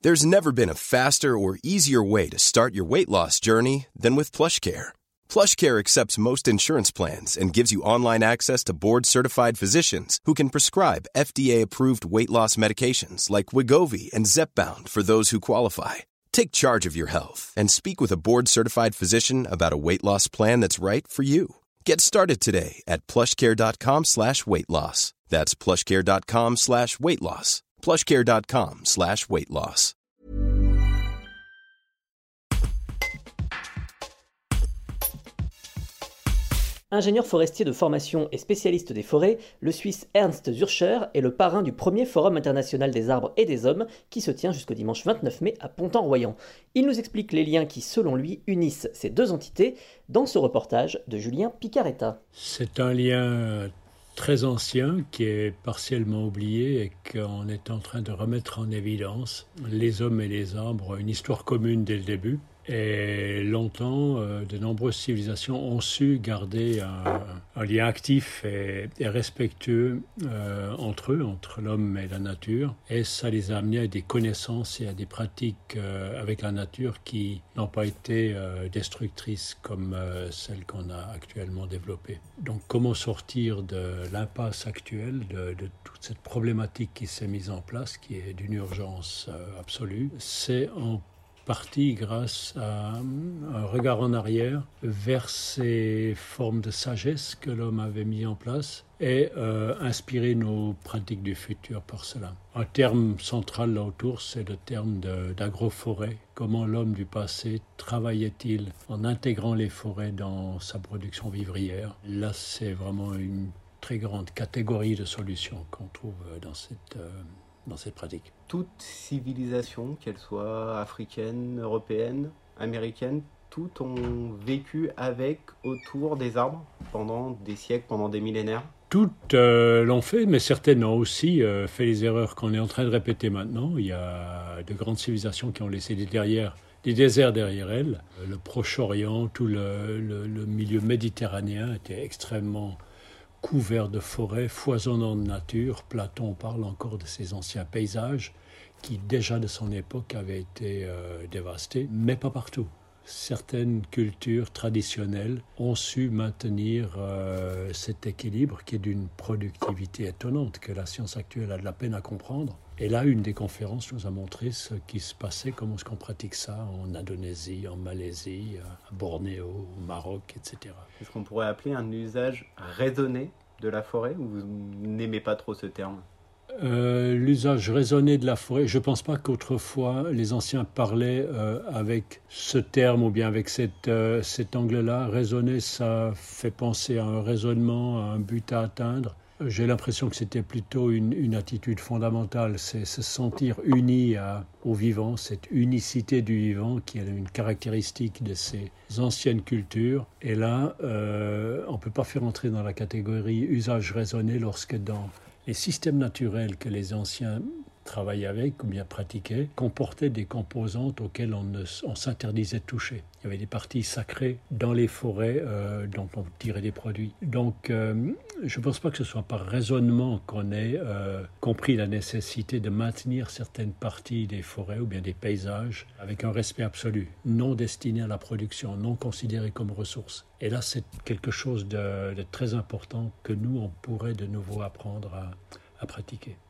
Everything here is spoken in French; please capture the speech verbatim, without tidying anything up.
There's never been a faster or easier way to start your weight loss journey than with PlushCare. PlushCare accepts most insurance plans and gives you online access to board-certified physicians who can prescribe F D A-approved weight loss medications like Wegovy and Zepbound for those who qualify. Take charge of your health and speak with a board-certified physician about a weight loss plan that's right for you. Get started today at plushcare.com slash weight loss. That's plushcare.com slash weight loss. plushcare.com slash weight loss. Ingénieur forestier de formation et spécialiste des forêts, le Suisse Ernst Zürcher est le parrain du premier Forum international des arbres et des hommes qui se tient jusqu'au dimanche vingt-neuf mai à Pontan-Royan. Il nous explique les liens qui, selon lui, unissent ces deux entités dans ce reportage de Julien Picaretta. C'est un lien très ancien qui est partiellement oublié et qu'on est en train de remettre en évidence. Les hommes et les arbres ont une histoire commune dès le début. Et longtemps, euh, de nombreuses civilisations ont su garder un, un lien actif et, et respectueux euh, entre eux, entre l'homme et la nature. Et ça les a amenés à des connaissances et à des pratiques euh, avec la nature qui n'ont pas été euh, destructrices comme euh, celles qu'on a actuellement développées. Donc comment sortir de l'impasse actuelle, de, de toute cette problématique qui s'est mise en place, qui est d'une urgence euh, absolue, c'est en partie grâce à un regard en arrière vers ces formes de sagesse que l'homme avait mis en place et euh, inspirer nos pratiques du futur par cela. Un terme central là autour, c'est le terme de, d'agroforêt. Comment l'homme du passé travaillait-il en intégrant les forêts dans sa production vivrière? Là, c'est vraiment une très grande catégorie de solutions qu'on trouve dans cette euh, dans cette pratique. Toute civilisation, qu'elle soit africaine, européenne, américaine, toutes ont vécu avec, autour des arbres pendant des siècles, pendant des millénaires. Toutes euh, l'ont fait, mais certaines ont aussi euh, fait les erreurs qu'on est en train de répéter maintenant. Il y a de grandes civilisations qui ont laissé des, derrière, des déserts derrière elles. Le Proche-Orient, tout le, le, le milieu méditerranéen était extrêmement couvert de forêts, foisonnant de nature. Platon parle encore de ces anciens paysages qui, déjà de son époque, avaient été euh, dévastés, mais pas partout. Certaines cultures traditionnelles ont su maintenir euh, cet équilibre qui est d'une productivité étonnante que la science actuelle a de la peine à comprendre. Et là, une des conférences nous a montré ce qui se passait, comment est-ce qu'on pratique ça en Indonésie, en Malaisie, à Bornéo, au Maroc, et cetera. Est-ce qu'on pourrait appeler un usage raisonné de la forêt ou vous n'aimez pas trop ce terme ? Euh, l'usage raisonné de la forêt, je ne pense pas qu'autrefois les anciens parlaient euh, avec ce terme ou bien avec cette, euh, cet angle-là. Raisonner, ça fait penser à un raisonnement, à un but à atteindre. J'ai l'impression que c'était plutôt une, une attitude fondamentale, c'est se sentir uni à, au vivant, cette unicité du vivant qui est une caractéristique de ces anciennes cultures. Et là, euh, on ne peut pas faire entrer dans la catégorie usage raisonné lorsque dans les systèmes naturels que les anciens travaillaient avec ou bien pratiquaient comportaient des composantes auxquelles on, ne, on s'interdisait de toucher. Il y avait des parties sacrées dans les forêts euh, dont on tirait des produits. Donc, euh, je ne pense pas que ce soit par raisonnement qu'on ait euh, compris la nécessité de maintenir certaines parties des forêts ou bien des paysages avec un respect absolu, non destiné à la production, non considéré comme ressource. Et là, c'est quelque chose de, de très important que nous, on pourrait de nouveau apprendre à, à pratiquer.